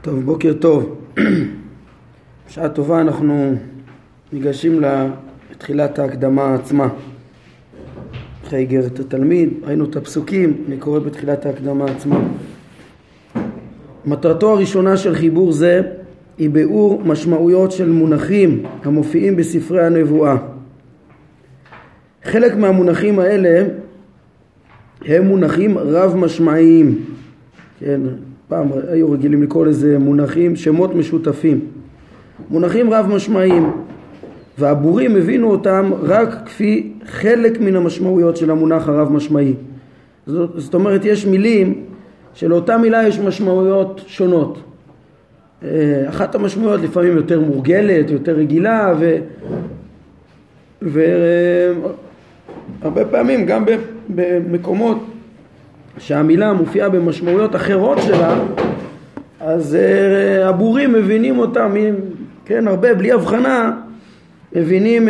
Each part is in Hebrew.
טוב, בוקר טוב. בשעה טובה אנחנו ניגשים לתחילת ההקדמה עצמה. אחרי איגרת התלמיד, ראינו את הפסוקים, אני קורא בתחילת ההקדמה עצמה. מטרתו הראשונה של חיבור זה היא ביאור משמעויות של מונחים המופיעים בספרי הנבואה. חלק מהמונחים האלה הם מונחים רב משמעיים. כן, פעם היו רגילים לקרוא לזה מונחים, שמות משותפים. מונחים רב משמעיים, והבורים הבינו אותם רק כפי חלק מן המשמעויות של המונח הרב משמעי. זאת אומרת, יש מילים שלאותה מילה יש משמעויות שונות. אחת המשמעויות לפעמים יותר מורגלת, יותר רגילה, והרבה פעמים גם במקומות שהמילה מופיעה במשמעויות אחרות שלה, אז הבורים מבינים אותם, כן, הרבה בלי הבחנה, מבינים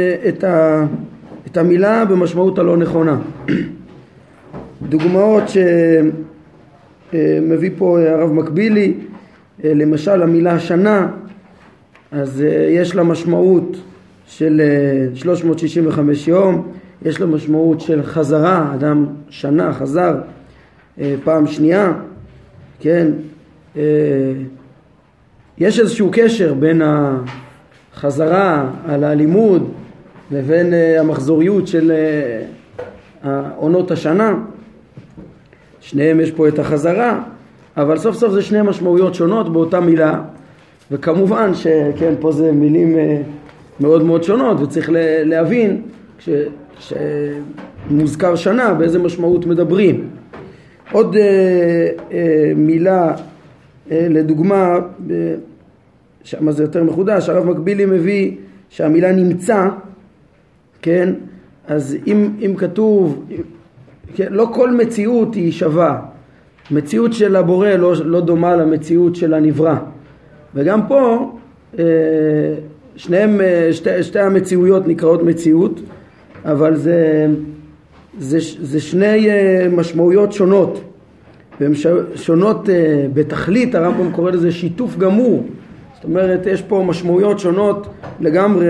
את המילה במשמעות הלא נכונה. דוגמאות שמביא פה הרב מקבילי, למשל המילה שנה, אז יש לה משמעות של 365 יום, יש לה משמעות של חזרה, אדם שנה חזר פעם שנייה, כן, יש איזשהו קשר בין החזרה על הלימוד לבין המחזוריות של עונות השנה. שניהם יש פה את החזרה, אבל סוף סוף זה שני משמעויות שונות באותה מילה, וכמובן שכן, פה זה מילים מאוד מאוד שונות, וצריך להבין כשמוזכר שנה באיזה משמעות מדברים. עוד מילה לדוגמה, שמה זה יותר מחודש, הרב מקבילי מביא שהמילה נמצא, כן, אז אם כתוב, כן, לא כל מציאות היא שווה, מציאות של הבורא לא דומה למציאות של הנברא, וגם פה שתי המציאויות נקראות מציאות, אבל זה שני משמעויות שונות, והן שונות בתכלית. הרמב"ם קורא לזה שיתוף גמור, זאת אומרת יש פה משמעויות שונות לגמרי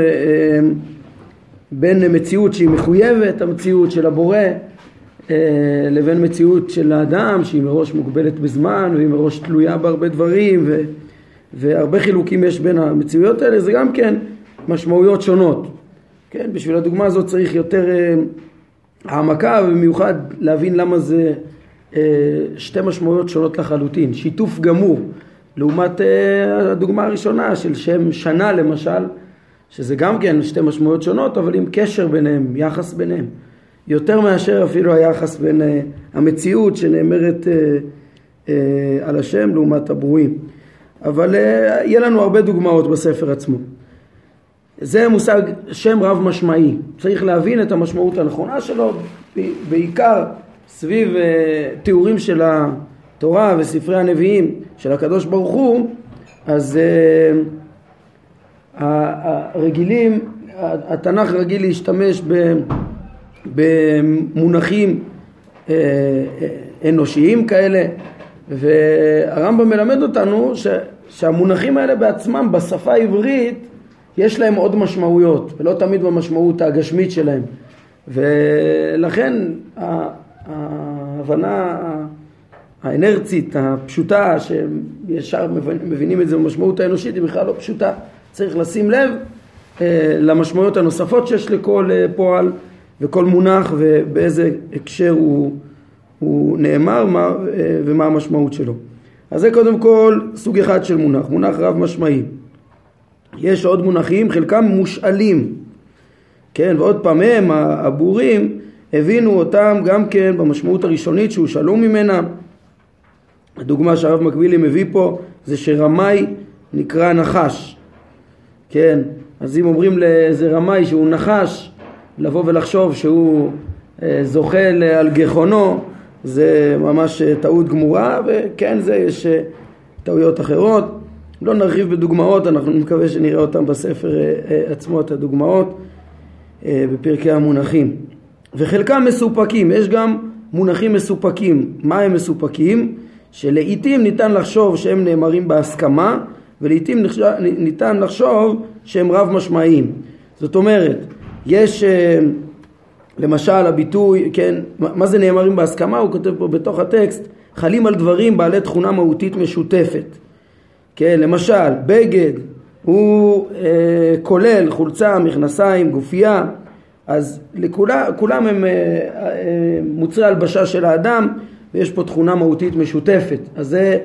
בין מציאות שהיא מחויבת, המציאות של הבורא, לבין מציאות של האדם שהיא מראש מוגבלת בזמן והיא מראש תלויה בהרבה דברים, והרבה חילוקים יש בין המציאויות האלה. זה גם כן משמעויות שונות, כן? בשביל הדוגמה הזאת צריך יותר העמקה, ובמיוחד להבין למה זה שתי משמעויות שונות לחלוטין. שיתוף גמור לעומת הדוגמה הראשונה של שם שנה למשל, שזה גם כן שתי משמעויות שונות, אבל עם קשר ביניהם, יחס ביניהם, יותר מאשר אפילו היחס בין המציאות שנאמרת על השם לעומת הברואים. אבל יהיה לנו הרבה דוגמאות בספר עצמו. זה מושג שם רב משמעי, צריך להבין את המשמעות הנכונה שלו, בעיקר סביב תיאורים של התורה וספרי הנביאים של הקדוש ברוך הוא. אז הרגילים, התנ"ך רגיל להשתמש במונחים אנושיים כאלה, והרמב"ם מלמד אותנו שהמונחים האלה בעצמם בשפה העברית יש להם עוד משמעויות, ולא תמיד במשמעות הגשמית שלהם, ולכן ההבנה האנרצית הפשוטה שישר מבינים את זה במשמעות האנושית היא בכלל לא פשוטה. צריך לשים לב למשמעויות הנוספות שיש לכל פועל וכל מונח, ובאיזה הקשר הוא נאמר ומה המשמעות שלו. אז זה קודם כל סוג אחד של מונח, מונח רב משמעי. יש עוד מונחים, חלקם מושאלים, כן, ועוד פעם הם, הבורים, הבינו אותם גם כן במשמעות הראשונית שהוא שאלו ממנה. הדוגמה שהרב מקבילי מביא פה זה שרמאי נקרא נחש, כן, אז אם אומרים לאיזה רמאי שהוא נחש, לבוא ולחשוב שהוא זוחל על גחונו, זה ממש טעות גמורה, וכן זה יש טעויות אחרות. לא נרחיב בדוגמאות, אנחנו מקווה שנראה אותם בספר עצמו, את הדוגמאות בפרקי המונחים. וחלקם מסופקים, יש גם מונחים מסופקים. מה הם מסופקים? שלעיתים ניתן לחשוב שהם נאמרים בהסכמה, ולעיתים ניתן לחשוב שהם רב משמעיים. זאת אומרת, יש למשל הביטוי, כן, מה זה נאמרים בהסכמה? הוא כותב פה בתוך הטקסט, חלים על דברים בעלי תכונה מהותית משותפת. כן, למשל, בגד הוא כולל חולצה, מכנסיים, גופייה, אז כולם הם מוצרי הלבשה של האדם, ויש פה תכונה מהותית משותפת. אז זה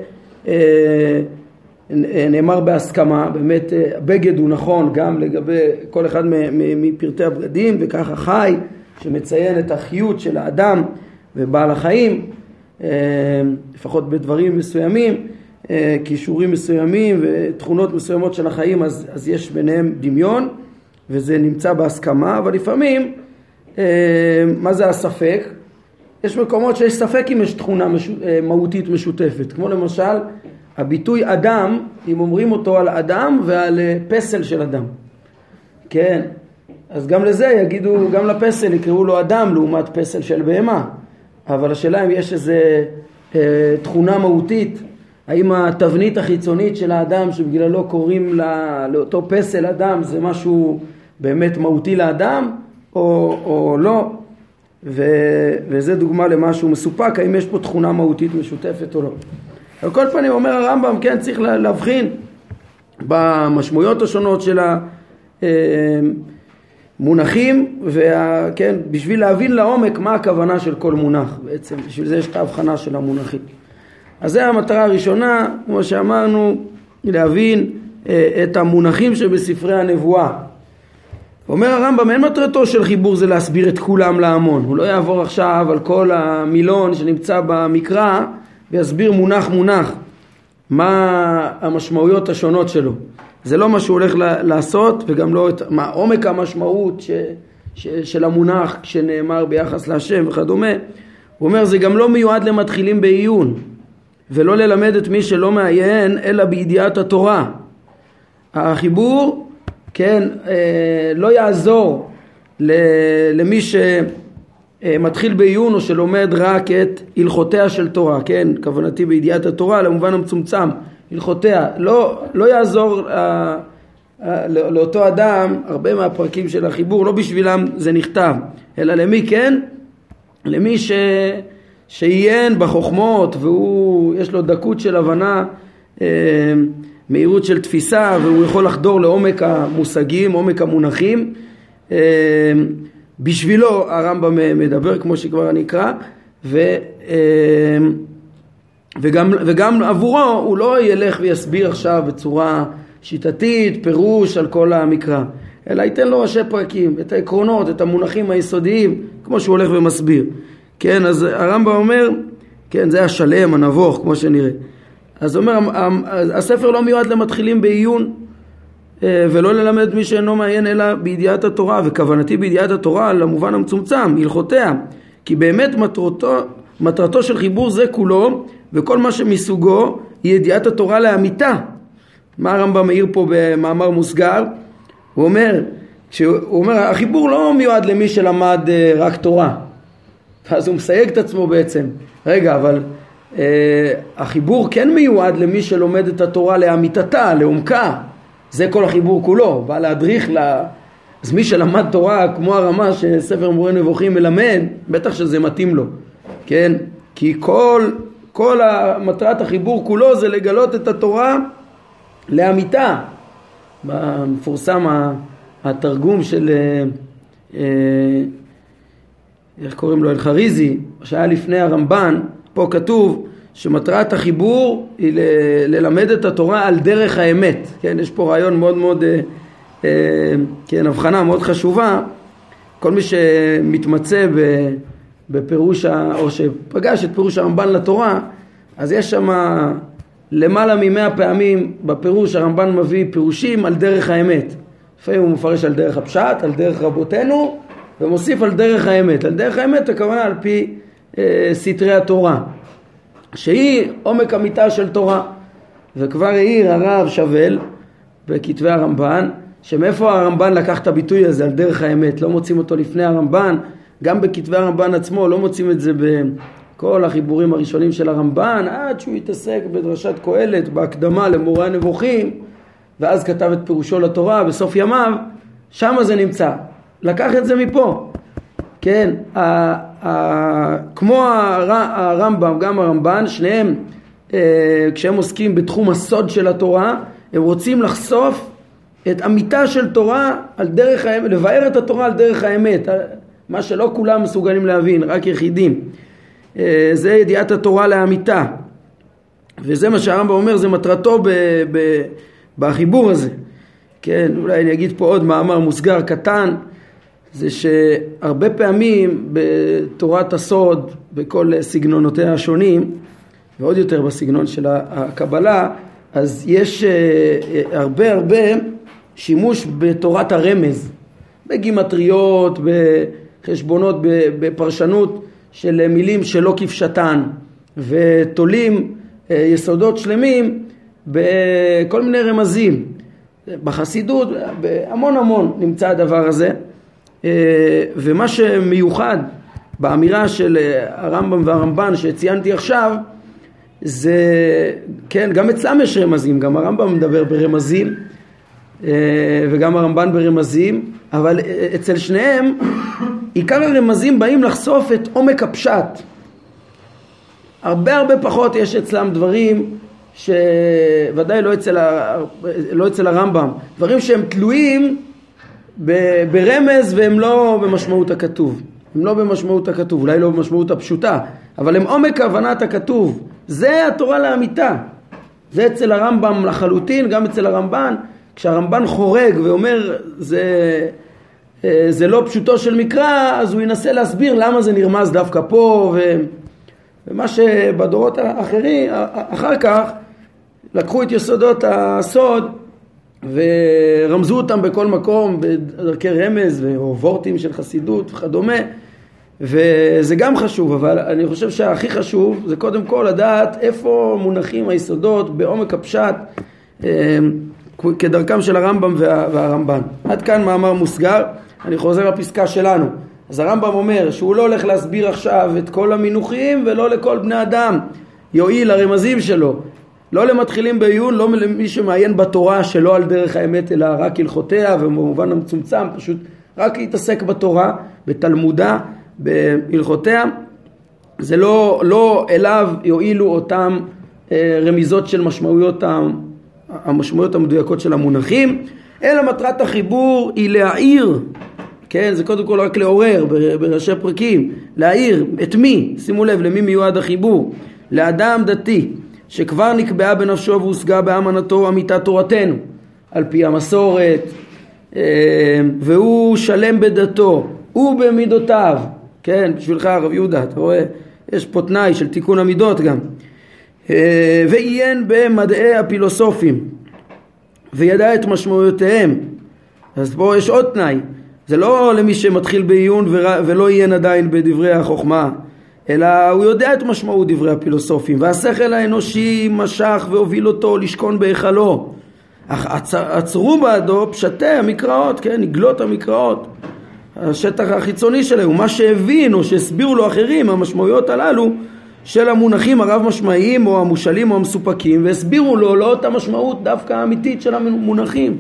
נאמר בהסכמה, באמת בגד הוא נכון גם לגבי כל אחד מפרטי הבגדים, וככה חי שמציין את החיות של האדם ובעל החיים, לפחות בדברים מסוימים, כישורים מסוימים ותכונות מסוימות של החיים, אז יש ביניהם דמיון, וזה נמצא בהסכמה. אבל לפעמים, מה זה הספק? יש מקומות שיש ספק אם יש תכונה מהותית משותפת, כמו למשל הביטוי אדם, אם אומרים אותו על אדם ועל פסל של אדם, כן, אז גם לזה יגידו, גם לפסל יקראו לו אדם לעומת פסל של בהמה. אבל השאלה אם יש איזה תכונה מהותית, האם התבנית החיצונית של האדם שבגללו קוראים לאותו פסל אדם זה משהו באמת מהותי לאדם או לא, וזה דוגמה למשהו מסופק, האם יש פה תכונה מהותית משותפת או לא. על כל פנים אומר הרמב"ם, כן, צריך להבחין במשמעויות השונות של המונחים, וכן, בשביל להבין לעומק מה הכוונה של כל מונח בעצם, בשביל זה יש את ההבחנה של המונחים. אז זה המטרה הראשונה, כמו שאמרנו, להבין את המונחים שבספרי הנבואה. אומר הרמב"ם, אין מטרתו של חיבור זה להסביר את כולם להמון. הוא לא יעבור עכשיו על כל המילון שנמצא במקרא ויסביר מונח מונח מה המשמעויות השונות שלו. זה לא מה שהוא הולך לעשות, וגם לא מה עומק המשמעות של המונח שנאמר ביחס להשם וכדומה. הוא אומר, זה גם לא מיועד למתחילים בעיון, ולא ללמד את מי שלא מעיין אלא בידיעת התורה. החיבור, כן, לא יעזור למי שמתחיל בעיון או שלומד רק את הלכותיה של תורה, כן, כוונתי בידיעת התורה למובן המצומצם, הלכותיה, לא יעזור לאותו אדם הרבה מהפרקים של החיבור, לא בשבילם זה נכתב, אלא למי כן? למי שעיין בחוכמות והוא יש לו דקות של הבנה, מהירות של תפיסה, והוא יכול לחדור לעומק המושגים, עומק המונחים. בשבילו הרמב"ם מדבר, כמו שכבר נקרא, וגם עבורו הוא לא ילך ויסביר עכשיו בצורה שיטתית, פירוש על כל המקרא, אלא ייתן לו ראשי פרקים, את העקרונות, את המונחים היסודיים, כמו שהוא הולך ומסביר. כן, אז הרמב"ם אומר, כן, זה השלם, הנבוך, כמו שנראה. אז אומר, הספר לא מיועד למתחילים בעיון, ולא ללמד מי שאינו מעיין אלא בידיעת התורה, וכוונתי בידיעת התורה למובן המצומצם, הלכותיה, כי באמת מטרתו של חיבור זה כולו, וכל מה שמסוגו היא ידיעת התורה לאמיתה. מה הרמב"ם מעיר פה במאמר מוסגר? הוא אומר, החיבור לא מיועד למי שלמד רק תורה. אז הוא מסייג את עצמו בעצם. רגע, אבל החיבור כן מיועד למי שלומד את התורה לאמיתתה, לעומקה. זה כל החיבור כולו, בא להדריך אז מי שלמד תורה כמו הרמה שספר מורה נבוכים מלמד, בטח שזה מתאים לו. כן? כי כל מטרת החיבור כולו זה לגלות את התורה לאמיתה. במפורסם התרגום של איך קוראים לו? אל-חריזי, שהיה לפני הרמב"ן, פה כתוב שמטרת החיבור היא ללמד את התורה על דרך האמת. כן, יש פה רעיון מאוד מאוד, כן, הבחנה מאוד חשובה. כל מי שמתמצא בפירוש, או שפגש את פירוש הרמב"ן לתורה, אז יש שם למעלה מ100 פעמים בפירוש הרמב"ן מביא פירושים על דרך האמת. לפעמים הוא מפרש על דרך הפשט, על דרך רבותינו, ומוסיף על דרך האמת. על דרך האמת הכוונה על פי סתרי התורה, שהיא עומק אמיתה של תורה. וכבר העיר הרב שבל בכתבי הרמב"ן, שמאיפה הרמב"ן לקח את הביטוי הזה על דרך האמת, לא מוצאים אותו לפני הרמב"ן, גם בכתבי הרמב"ן עצמו לא מוצאים את זה כל החיבורים הראשונים של הרמב"ן, עד שהוא התעסק בדרשת קהלת, בהקדמה למורה הנבוכים, ואז כתב את פירושו לתורה בסוף ימיו, שם זה נמצא. לקח את זה מפה. כן, כמו הרמב"ם, גם הרמב"ן, שניהם, כשהם עוסקים בתחום הסוד של התורה, הם רוצים לחשוף את אמיתה של תורה על דרך האמת, לבאר את התורה על דרך האמת, מה שלא כולם מסוגלים להבין, רק יחידים. זה ידיעת התורה לאמיתה. וזה מה שהרמב"ם אומר, זה מטרתו בחיבור הזה. כן, אולי אני אגיד פה עוד מאמר מוסגר קטן, זה שהרבה פעמים בתורת הסוד, בכל סגנונותיה השונים, ועוד יותר בסגנון של הקבלה, אז יש הרבה שימוש בתורת הרמז, בגימטריות, בחשבונות, בפרשנות של מילים שלא כפשטן, ותולים יסודות שלמים בכל מיני רמזים. בחסידות, המון נמצא הדבר הזה, ומה שמיוחד באמירה של הרמב"ם והרמב"ן שציינתי עכשיו, זה, כן, גם אצלם יש רמזים, גם הרמב"ם מדבר ברמזים, וגם הרמב"ן ברמזים, אבל אצל שניהם עיקר הרמזים באים לחשוף את עומק הפשט. הרבה פחות יש אצלם דברים שוודאי לא אצל הרמב"ם, דברים שהם תלויים ברמז והם לא במשמעות הכתוב. הם לא במשמעות הכתוב, אולי לא במשמעות הפשוטה, אבל הם עומק הבנת הכתוב. זה התורה לאמיתה. זה אצל הרמב"ם לחלוטין, גם אצל הרמב"ן. כשהרמב"ן חורג ואומר זה לא פשוטו של מקרא, אז הוא ינסה להסביר למה זה נרמז דווקא פה, ומה שבדורות האחרים, אחר כך, לקחו את יסודות הסוד ורמזו אותם בכל מקום בדרכי רמז או וורטים של חסידות וכדומה, וזה גם חשוב, אבל אני חושב שהכי חשוב זה קודם כל לדעת איפה מונחים היסודות בעומק הפשט, כדרכם של הרמב"ם והרמב"ן. עד כאן מאמר מוסגר. אני חוזר לפסקה שלנו. אז הרמב"ם אומר שהוא לא הולך להסביר עכשיו את כל המינוחים ולא לכל בני אדם יועיל הרמזים שלו, לא למתחילים בעיון, לא למי שמעיין בתורה שלא על דרך האמת אלא רק הלכותיה, ובמובן המצומצם פשוט רק להתעסק בתורה, בתלמודה, בהלכותיה. זה לא אליו יועילו אותם רמיזות של המשמעויות המדויקות של המונחים, אלא מטרת החיבור היא להעיר, כן, זה קודם כל רק לעורר בראשי פרקים, להעיר את מי, שימו לב למי מיועד החיבור, לאדם דתי שכבר נקבעה בנפשו והושגה באמנתו אמיתת תורתנו על פי המסורת, והוא שלם בדתו ובמידותיו. כן, בשבילך הרב יהודה, אתה רואה, יש פה תנאי של תיקון המידות גם. ועיין במדעי הפילוסופים וידע את משמעויותיהם. אז פה יש עוד תנאי, זה לא למי שמתחיל בעיון ולא עיין עדיין בדברי החוכמה, אלא הוא יודע את משמעות דברי הפילוסופים, והשכל האנושי משך והוביל אותו לשכון בהיכלו, אך עצרו בעדו פשטי המקראות, כן, נגלות המקראות, השטח החיצוני שלהם, ומה שהבין או שהסבירו לו אחרים המשמעויות הללו של המונחים הרב משמעיים או המושלים או המסופקים, והסבירו לו לא את המשמעות דווקא האמיתית של המונחים,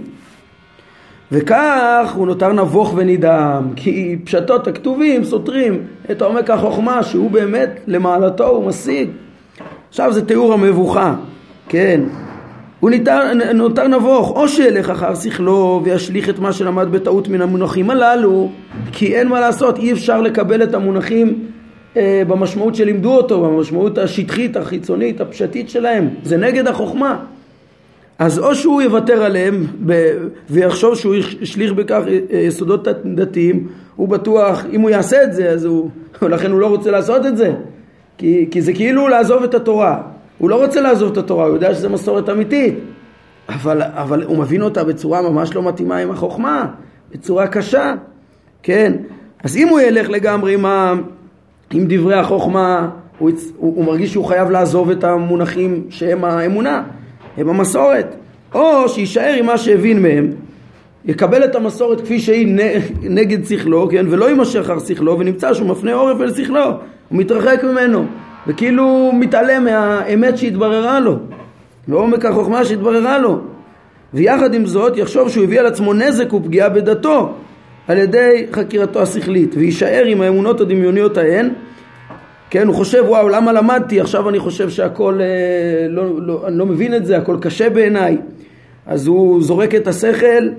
וכך הוא נותר נבוך ונדהם, כי פשטות הכתובים סותרים את עומק החוכמה שהוא באמת למעלתו הוא משיג. עכשיו זה תיאור המבוכה, כן, הוא נותר נבוך, או שילך אחר שכלו וישליך את מה שלמד בטעות מן המונחים הללו, כי אין מה לעשות, אי אפשר לקבל את המונחים במשמעות שלימדו אותו, במשמעות השטחית, החיצונית, הפשטית שלהם, זה נגד החוכמה. אז או שהוא יוותר עליהם ויחשוב שהוא ישליך בכך יסודות דתיים, הוא בטוח, אם הוא יעשה את זה, אז לכן הוא לא רוצה לעשות את זה, כי זה כאילו לעזוב את התורה. הוא לא רוצה לעזוב את התורה, הוא יודע שזה מסורת אמיתית, אבל הוא מבין אותה בצורה ממש לא מתאימה עם החוכמה, בצורה קשה, כן. אז אם הוא ילך לגמרי עם דברי החוכמה, הוא מרגיש שהוא חייב לעזוב את המונחים שהם האמונה, הם המסורת, או שישאר עם מה שהבין מהם, יקבל את המסורת כפי שהיא נגד שכלו, כן, ולא יימשך אחר שכלו, ונמצא שהוא מפנה עורף אל שכלו, הוא מתרחק ממנו, וכאילו מתעלם מהאמת שהתבררה לו, ועומק החוכמה שהתבררה לו, ויחד עם זאת יחשוב שהוא הביא על עצמו נזק ופגיעה בדתו על ידי חקירתו השכלית, וישאר עם האמונות הדמיוניות ההן. כן, הוא חושב, וואו, למה למדתי? עכשיו אני חושב שהכל, אני לא מבין את זה, הכל קשה בעיניי. אז הוא זורק את השכל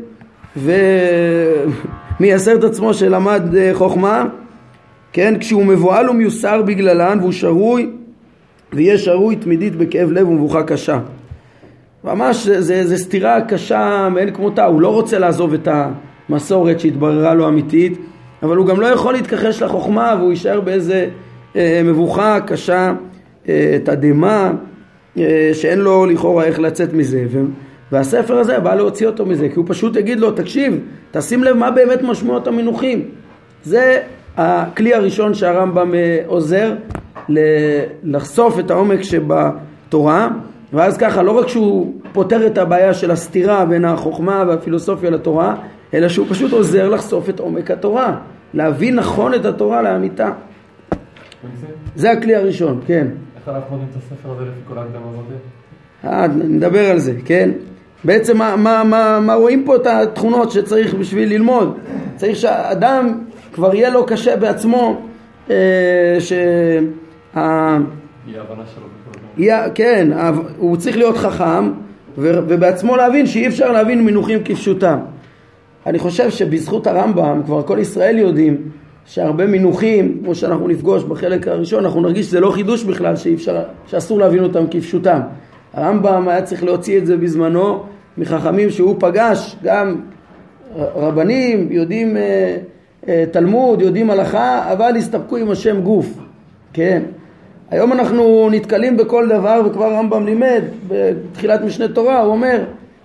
ומייסר את עצמו שלמד חוכמה, כן, כשהוא מבועל ומיוסר בגללן, והוא שרוי, ויהיה שרוי תמידית בכאב לב ומבוכה קשה. ממש זה סתירה קשה מאין כמותה. הוא לא רוצה לעזוב את המסורת שהתבררה לו אמיתית, אבל הוא גם לא יכול להתכחש לחוכמה, והוא יישאר באיזה מבוכה קשה, תדהמה, שאין לו לכאורה איך לצאת מזה. והספר הזה בא להוציא אותו מזה, כי הוא פשוט יגיד לו, תקשיב, תשים לב מה באמת משמעות המינוחים. זה הכלי הראשון שהרמב"ם עוזר לחשוף את העומק שבתורה, ואז ככה לא רק שהוא פותר את הבעיה של הסתירה בין החוכמה והפילוסופיה לתורה, אלא שהוא פשוט עוזר לחשוף את עומק התורה, להבין נכון את התורה לאמיתה. זה הכלי הראשון, כן. איך אנחנו יודעים את הספר הזה לפי כל ההקדמה הזאת? נדבר על זה, כן. בעצם מה רואים פה את התכונות שצריך בשביל ללמוד? צריך שהאדם כבר יהיה לו קשה בעצמו, כן, הוא צריך להיות חכם ובעצמו להבין שאי אפשר להבין מינוחים כפשוטם. אני חושב שבזכות הרמב"ם כבר כל ישראל יודעים שהרבה מינוחים, כמו שאנחנו נפגוש בחלק הראשון, אנחנו נרגיש שזה לא חידוש בכלל, שאסור להבין אותם כפשוטם. הרמב"ם היה צריך להוציא את זה בזמנו מחכמים שהוא פגש, גם רבנים יודעים תלמוד, יודעים הלכה, אבל הסתפקו עם השם גוף. כן. היום אנחנו נתקלים בכל דבר, וכבר הרמב"ם לימד בתחילת משנה תורה, הוא אומר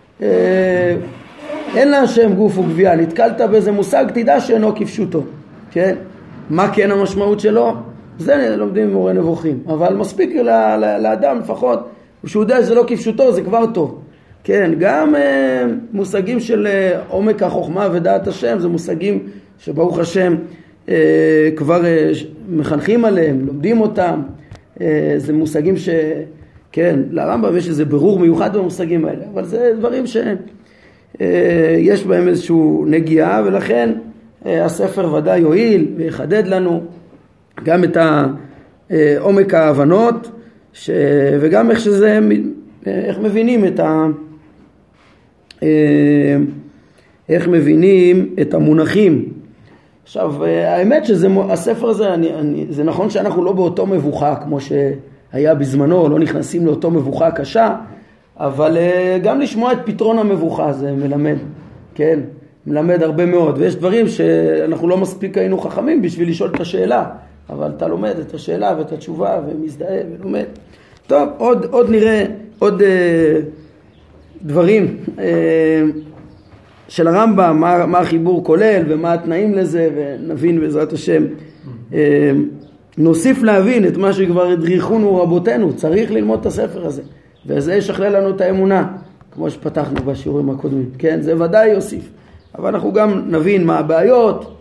אין לה השם גוף וגבייה, נתקלת באיזה מושג, תדע שאינו כפשוטו. כן? מה כן המשמעות שלו? זה לומדים מורה נבוכים, אבל מספיק לאדם לפחות, שהוא יודע שזה לא כפשוטו, זה כבר טוב. כן, גם מושגים של עומק החוכמה ודעת השם, זה מושגים שברוך השם כבר מחנכים עליהם, לומדים אותם. זה מושגים כן, לרמב"ם יש איזה ברור מיוחד במושגים האלה, אבל זה דברים שיש בהם איזשהו נגיעה, ולכן הספר ודאי יועיל ויחדד לנו גם את עומק ההבנות, וגם איך מבינים איך מבינים את המונחים. עכשיו, האמת שהספר הזה, זה נכון שאנחנו לא באותו מבוכה כמו שהיה בזמנו, לא נכנסים לאותו מבוכה קשה, אבל גם לשמוע את פתרון המבוכה זה מלמד, כן? מלמד הרבה מאוד, ויש דברים שאנחנו לא מספיק היינו חכמים בשביל לשאול את השאלה, אבל אתה לומד את השאלה ואת התשובה ומזדהה ולומד. טוב, עוד נראה עוד דברים של הרמב"ם, מה החיבור כולל ומה התנאים לזה, ונבין בעזרת השם. נוסיף להבין את מה שכבר הדריכונו רבותינו, צריך ללמוד את הספר הזה, וזה ישכלל לנו את האמונה, כמו שפתחנו בשיעורים הקודמים. כן, זה ודאי יוסיף. אבל אנחנו גם נבין מה הבעיות,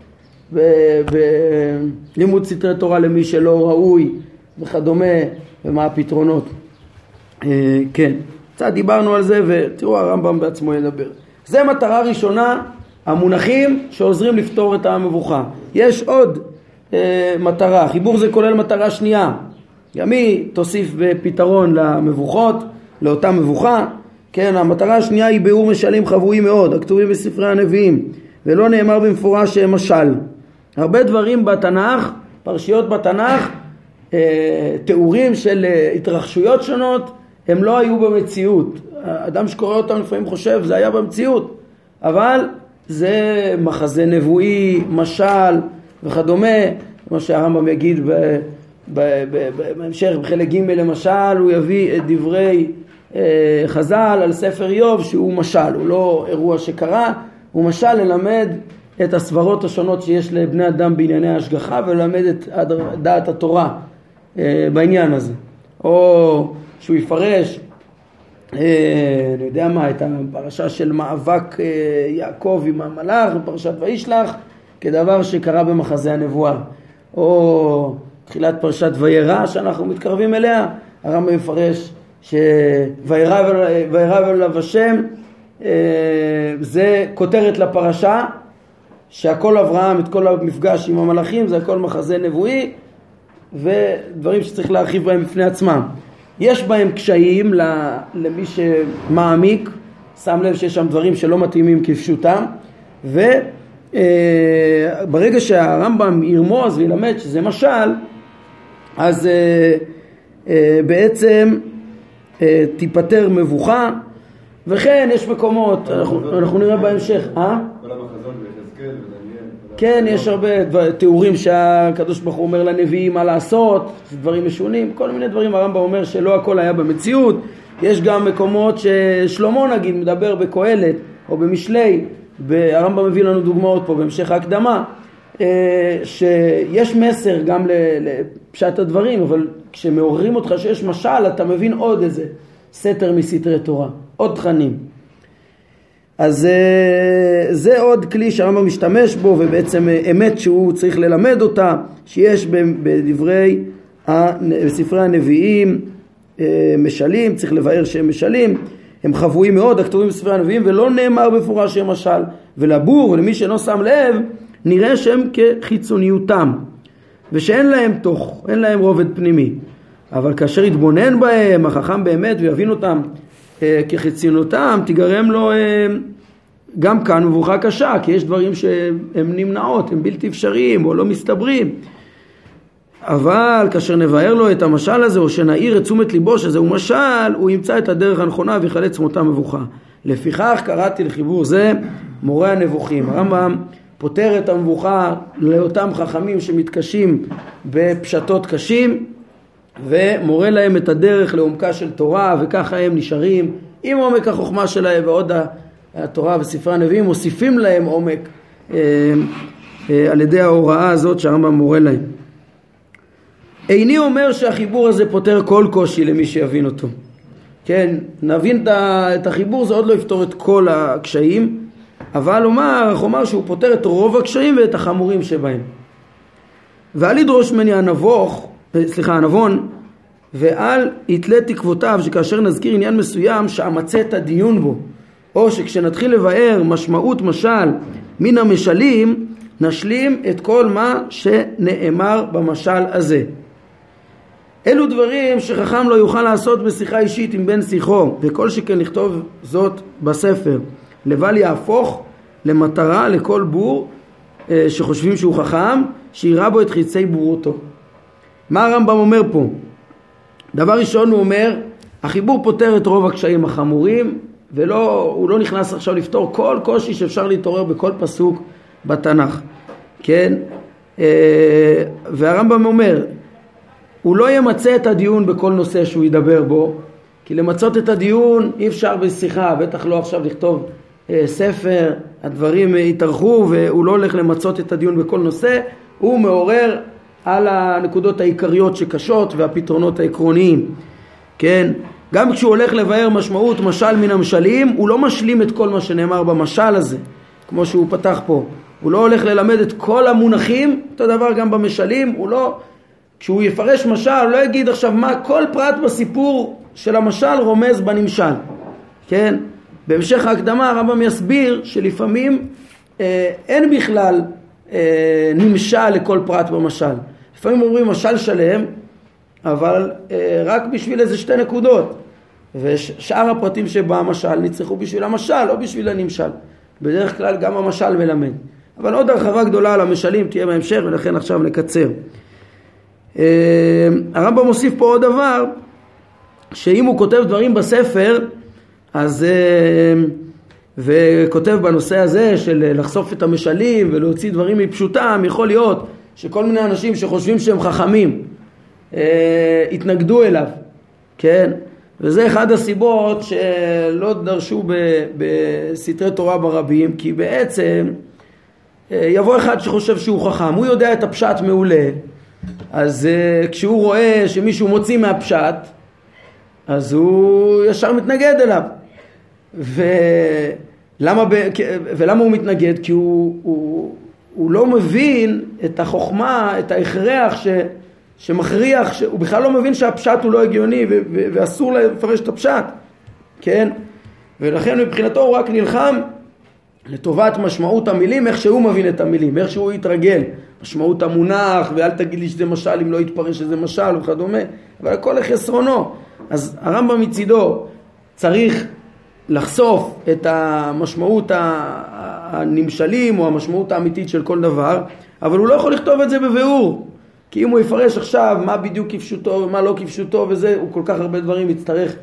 ולימוד סתרי תורה למי שלא ראוי וכדומה, ומה הפתרונות. כן, קצת דיברנו על זה, ותראו הרמב"ם בעצמו ידבר. זה מטרה ראשונה, המונחים שעוזרים לפתור את המבוכה. יש עוד מטרה, חיבור זה כולל מטרה שנייה. ימי תוסיף בפתרון למבוכות, לאותה מבוכה. כן, המטרה השנייה היא ביאור משלים חבויים מאוד, הכתובים בספרי הנביאים, ולא נאמר במפורש שהם משל. הרבה דברים בתנ"ך, פרשיות בתנ"ך, תיאורים של התרחשויות שונות, הם לא היו במציאות. האדם שקורא אותם לפעמים חושב, זה היה במציאות. אבל זה מחזה נבואי, משל וכדומה, כמו שהרמב"ם יגיד בהמשך, בחלק ג' למשל, הוא יביא את דברי חז"ל על ספר איוב שהוא משל, הוא לא אירוע שקרה, הוא משל ללמד את הסברות השונות שיש לבני אדם בענייני ההשגחה, וללמד את דעת התורה בעניין הזה. או שהוא יפרש, אני יודע מה, את הפרשה של מאבק יעקב עם המלאך, פרשת וישלח, כדבר שקרה במחזה הנבואה. או תחילת פרשת וירא שאנחנו מתקרבים אליה, הרמב"ם מפרש שוירא אליו השם, זה כותרת לפרשה, שהכל אברהם, את כל המפגש עם המלאכים, זה הכל מחזה נבואי, ודברים שצריך להרחיב בהם בפני עצמם. יש בהם קשיים למי שמעמיק, שם לב שיש שם דברים שלא מתאימים כפשוטם, וברגע שהרמב"ם ירמוז וילמד שזה משל, אז בעצם תיפטר מבוכה, וכן יש מקומות, אנחנו נראה בהמשך. כל המחזות ביחזקאל ודניאל. כן, יש הרבה תיאורים שהקדוש ברוך הוא אומר לנביאים מה לעשות, דברים משונים, כל מיני דברים. הרמב"ם אומר שלא הכל היה במציאות. יש גם מקומות ששלמה נגיד מדבר בקהלת או במשלי, הרמב"ם מביא לנו דוגמאות פה בהמשך ההקדמה, שיש מסר גם לפשט הדברים, אבל כשמעוררים אותך שיש משל, אתה מבין עוד איזה סתר מסתרי תורה, עוד תכנים. אז זה עוד כלי שהרמב"ם משתמש בו, ובעצם אמת שהוא צריך ללמד אותה, שיש בספרי הנביאים משלים, צריך לבאר שהם משלים, הם חבויים מאוד, הכתובים בספרי הנביאים, ולא נאמר בפורש שהם משל, ולבור ולמי שאינו שם לב, נראה שהם כחיצוניותם, ושאין להם תוך, אין להם רובד פנימי. אבל כאשר יתבונן בהם החכם באמת ויבין אותם כחיצוניותם, תיגרם לו גם כאן מבוכה קשה, כי יש דברים שהם נמנעות, הם בלתי אפשריים או לא מסתברים. אבל כאשר נבהר לו את המשל הזה, או שנעיר את תשומת ליבו שזהו משל, הוא ימצא את הדרך הנכונה ויחלץ מאותה מבוכה. לפיכך קראתי לחיבור זה מורה הנבוכים. הרמב"ם פותר את המבוכה לאותם חכמים שמתקשים בפשטות קשים, ומורה להם את הדרך לעומקה של תורה, וככה הם נשארים עם עומק החוכמה שלהם, ועוד התורה וספרי הנביאים מוסיפים להם עומק על ידי ההוראה הזאת שהרמב"ם מורה להם. איני אומר שהחיבור הזה פותר כל קושי למי שיבין אותו. כן, נבין את החיבור, זה עוד לא יפתור את כל הקשיים, אבל אומר שהוא פותר את רוב הקשיים ואת החמורים שבהם. ואל ידרוש ממני הנבון, ואל יתלה תקוותיו שכאשר נזכיר עניין מסוים שאמצה את הדיון בו, או שכשנתחיל לבאר משמעות משל מן המשלים, נשלים את כל מה שנאמר במשל הזה. אלו דברים שחכם לא יוכל לעשות בשיחה אישית עם בן שיחו, וכל שכן לכתוב זאת בספר, לבל יהפוך למטרה לכל בור שחושבים שהוא חכם, שיראה בו את חיצי בורותו. מה הרמב"ם אומר פה? דבר ראשון הוא אומר, החיבור פותר את רוב הקשיים החמורים, והוא לא נכנס עכשיו לפתור כל קושי שאפשר להתעורר בכל פסוק בתנ"ך. כן? והרמב"ם אומר, הוא לא ימצא את הדיון בכל נושא שהוא ידבר בו, כי למצות את הדיון אי אפשר בשיחה, בטח לא עכשיו לכתוב ספר, הדברים יתארכו, והוא לא הולך למצות את הדיון בכל נושא, הוא מעורר על הנקודות העיקריות שקשות והפתרונות העקרוניים. כן? גם כשהוא הולך לבאר משמעות משל מן המשלים, הוא לא משלים את כל מה שנאמר במשל הזה, כמו שהוא פתח פה. הוא לא הולך ללמד את כל המונחים, אותו דבר גם במשלים, הוא לא, כשהוא יפרש משל, הוא לא יגיד עכשיו מה כל פרט בסיפור של המשל רומז בנמשל. כן? בהמשך ההקדמה הרמב"ם יסביר שלפעמים אין בכלל נמשל לכל פרט במשל. לפעמים אומרים משל שלם, אבל רק בשביל איזה שתי נקודות, ושאר הפרטים שבמשל נצטרכו בשביל המשל, לא בשביל הנמשל. בדרך כלל גם המשל מלמד. אבל עוד הרחבה גדולה על המשלים תהיה בהמשך, ולכן עכשיו נקצר. הרמב"ם מוסיף פה עוד דבר, שאם הוא כותב דברים בספר, אז וכותב בנושא הזה של לחשוף את המשלים ולהוציא דברים מפשוטם, יכול להיות שכל מיני אנשים שחושבים שהם חכמים התנגדו אליו, כן? וזה אחד הסיבות שלא דרשו בסתרי תורה ברבים, כי בעצם יבוא אחד שחושב שהוא חכם, הוא יודע את הפשט מעולה, אז כשהוא רואה שמישהו מוציא מהפשט, אז הוא ישר מתנגד אליו. ולמה הוא מתנגד? כי הוא לא מבין את החוכמה, את ההכרח שמכריח, שהוא בכלל לא מבין שהפשט הוא לא הגיוני ואסור לפרש את הפשט, כן? ולכן מבחינתו הוא רק נלחם לטובת משמעות המילים, איך שהוא מבין את המילים, איך שהוא יתרגל, משמעות המונח, ואל תגיד לי שזה משל אם לא יתפרש שזה משל וכדומה, אבל הכל לחסרונו. אז הרמב"ם מצידו צריך לחשוף את המשמעות הנמשלים או המשמעות האמיתית של כל דבר, אבל הוא לא יכול לכתוב את זה בביאור, כי אם הוא יפרש עכשיו מה בדיוק כפשוטו ומה לא כפשוטו וזה, הוא כל כך הרבה דברים יצטרך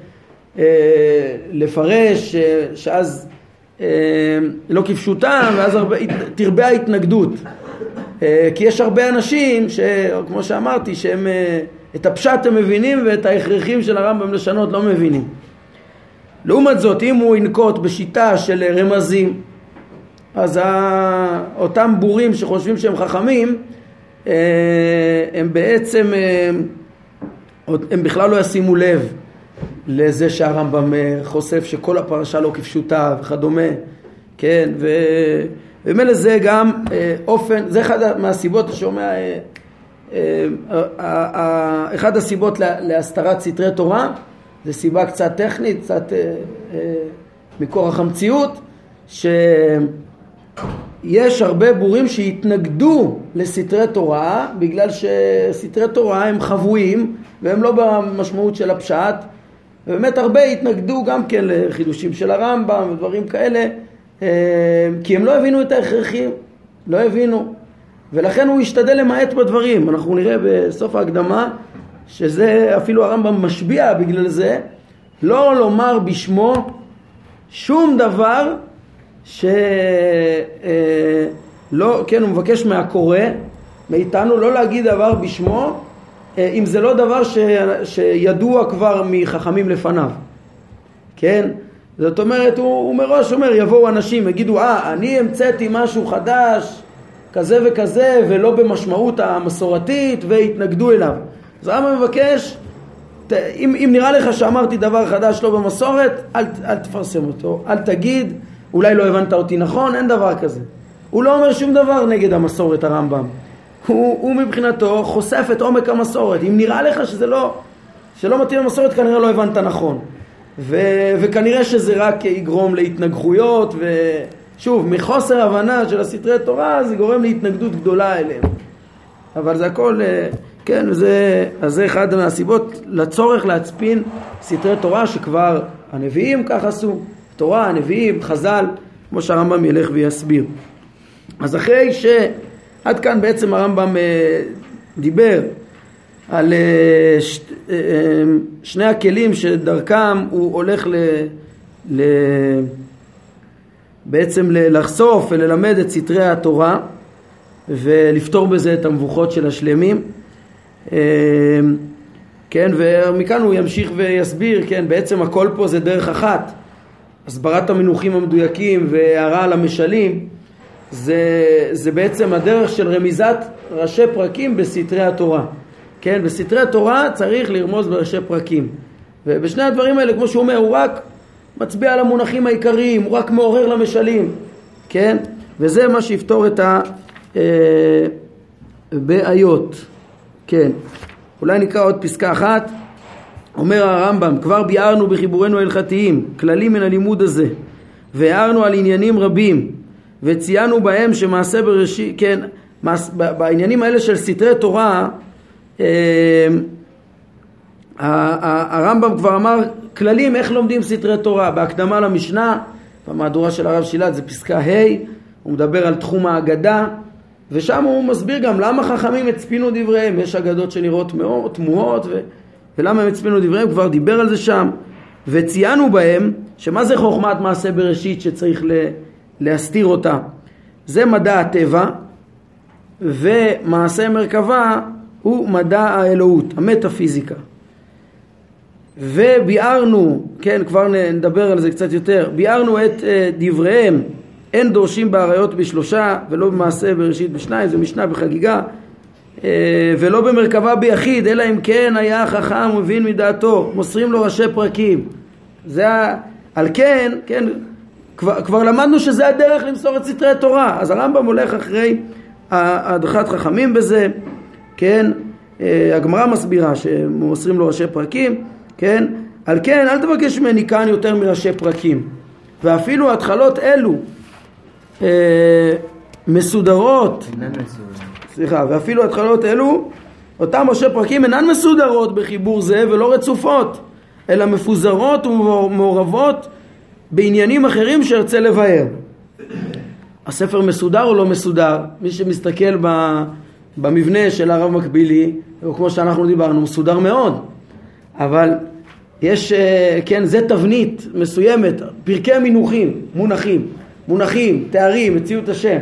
לפרש, שאז לא כפשוטם, ואז תרבה ההתנגדות. כי יש הרבה אנשים כמו שאמרתי, שהם את הפשט הם מבינים ואת ההכרחים של הרמב"ם לשנות לא מבינים. לעומת זאת, אם הוא ינקוט בשיטה של רמזים, אז אותם בורים שחושבים שהם חכמים, הם בעצם הם בכלל לא ישימו לב לזה שהרמב"ם חושף שכל הפרשה לא כפשוטה וכדומה, כן? ומילא זה גם אופן, זה אחד מהסיבות שומע, אחד הסיבות להסתרת סתרי תורה, זה סיבה קצת טכנית, קצת מכורח המציאות, שיש הרבה בורים שהתנגדו לסתרי תורה, בגלל שסתרי תורה הם חבויים, והם לא במשמעות של הפשט, ובאמת הרבה התנגדו גם כן לחידושים של הרמב"ם ודברים כאלה, כי הם לא הבינו את ההכרחים, לא הבינו, ולכן הוא השתדל למעט בדברים. אנחנו נראה בסוף ההקדמה שזה אפילו הרמב"ם משביע בגלל זה, לא לומר בשמו שום דבר לא, כן, הוא מבקש מהקורא מאיתנו לא להגיד דבר בשמו, אם זה לא דבר שידוע כבר מחכמים לפניו, כן? זאת אומרת, הוא מראש אומר, יבואו אנשים, יגידו, אני המצאתי משהו חדש, כזה וכזה, ולא במשמעות המסורתית, והתנגדו אליו. אז הרמב"ם מבקש, אם נראה לך שאמרתי דבר חדש לא במסורת, אל תפרסם אותו, אל תגיד, אולי לא הבנת אותי נכון, אין דבר כזה. הוא לא אומר שום דבר נגד המסורת, הרמב"ם. הוא מבחינתו חושף את עומק המסורת. אם נראה לך שלא מתאים למסורת, כנראה לא הבנת נכון. וכנראה שזה רק יגרום להתנגחויות, ושוב, מחוסר הבנה של הסתרי תורה, זה גורם להתנגדות גדולה אליהם. אבל זה הכל, כן, אז זה אחד מהסיבות לצורך להצפין סתרי תורה שכבר הנביאים כך עשו. תורה, הנביאים, חז"ל, כמו שהרמב"ם ילך ויסביר. אז אחרי עד כאן בעצם הרמב"ם דיבר על שני הכלים שדרכם הוא הולך בעצם לחשוף וללמד את סתרי התורה ולפתור בזה את המבוכות של השלמים, כן, ומכאן הוא ימשיך ויסביר, כן, בעצם הכל פה זה דרך אחת, הסברת המינוחים המדויקים והערה על המשלים, זה בעצם הדרך של רמיזת ראשי פרקים בסתרי התורה. כן, בסתרי התורה צריך לרמוז בראשי פרקים. ובשני הדברים האלה, כמו שהוא אומר, הוא רק מצביע על המונחים העיקריים, הוא רק מעורר למשלים. כן? וזה מה שיפתור את הבעיות. כן. אולי נקרא עוד פסקה אחת. אומר הרמב"ם, כבר ביארנו בחיבורנו ההלכתיים כללים מן הלימוד הזה, והערנו על עניינים רבים, וציינו בהם שמעשה בראשית, כן, בעניינים האלה של סתרי תורה, הרמב"ם כבר אמר כללים איך לומדים סתרי תורה. בהקדמה למשנה, במהדורה של הרב שילת, זה פסקה ה', הוא מדבר על תחום ההגדה, ושם הוא מסביר גם למה חכמים הצפינו דבריהם. יש אגדות שנראות מאוד תמוהות, ולמה הם הצפינו דבריהם, כבר דיבר על זה שם. וציינו בהם שמה זה חוכמת מעשה בראשית שצריך להסתיר אותה. זה מדע הטבע, ומעשה מרכבה הוא מדע האלוהות, המטאפיזיקה. וביארנו, כן, כבר נדבר על זה קצת יותר, ביארנו את דבריהם, אין דורשים בעריות בשלושה, ולא במעשה בראשית בשניים, זה משנה בחגיגה, ולא במרכבה ביחיד, אלא אם כן היה חכם ומבין מדעתו, מוסרים לו ראשי פרקים. זה על כן, כן, כבר למדנו שזה הדרך למסור את סתרי תורה. אז הרמב"ם הולך אחרי הדרכת חכמים בזה, כן, הגמרא מסבירה שמוסרים לו ראשי פרקים, כן? על כן אל תבקש ממני כאן יותר מראשי פרקים, ואפילו התחלות אלו מסודרות, ואפילו התחלות אלו אותם ראשי פרקים אינן מסודרות בחיבור זה ולא רצופות, אלא מפוזרות ומעורבות בעניינים אחרים שארצה לבאר. הספר מסודר או לא מסודר? מי שמסתכל במבנה של הרב מקבילי, כמו שאנחנו דיברנו, מסודר מאוד, אבל יש, כן, זה תבנית מסוימת, פרקי מונחים, תארים, מציאות השם,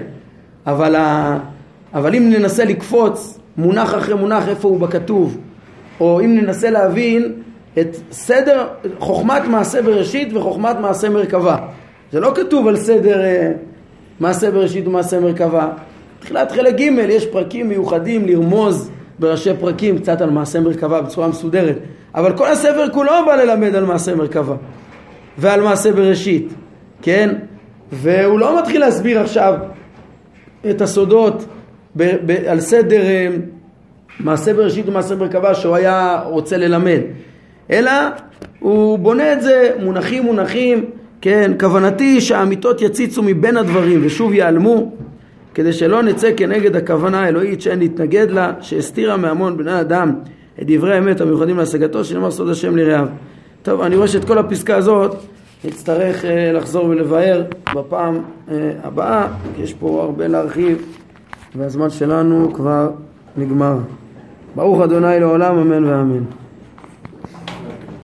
אבל אם ננסה לקפוץ מונח אחרי מונח איפה הוא בכתוב, או אם ננסה להבין את סדר חוכמת מעשה בראשית וחוכמת מעשה מרכבה, זה לא כתוב על סדר מעשה בראשית ומעשה מרכבה. תחילת חלק ג' יש פרקים מיוחדים לרמוז בראשי פרקים קצת על מעשה מרכבה בצורה מסודרת, אבל כל הספר כולו בא ללמד על מעשה מרכבה ועל מעשה בראשית, כן? והוא לא מתחיל להסביר עכשיו את הסודות על סדר מעשה בראשית ומעשה מרכבה שהוא היה רוצה ללמד, אלא הוא בונה את זה מונחים, כן? כוונתי שהאמיתות יציצו מבין הדברים ושוב ייעלמו, כדי שלא נצא כנגד הכוונה האלוהית שאין להתנגד לה, שהסתירה מהמון בני אדם את דברי האמת המיוחדים להשגתו, שנאמר סוד השם לרעיו. טוב, אני רואה שאת כל הפסקה הזאת נצטרך לחזור ולבאר בפעם הבאה, כי יש פה הרבה להרחיב והזמן שלנו כבר נגמר. ברוך אדוני לעולם, אמן ואמן.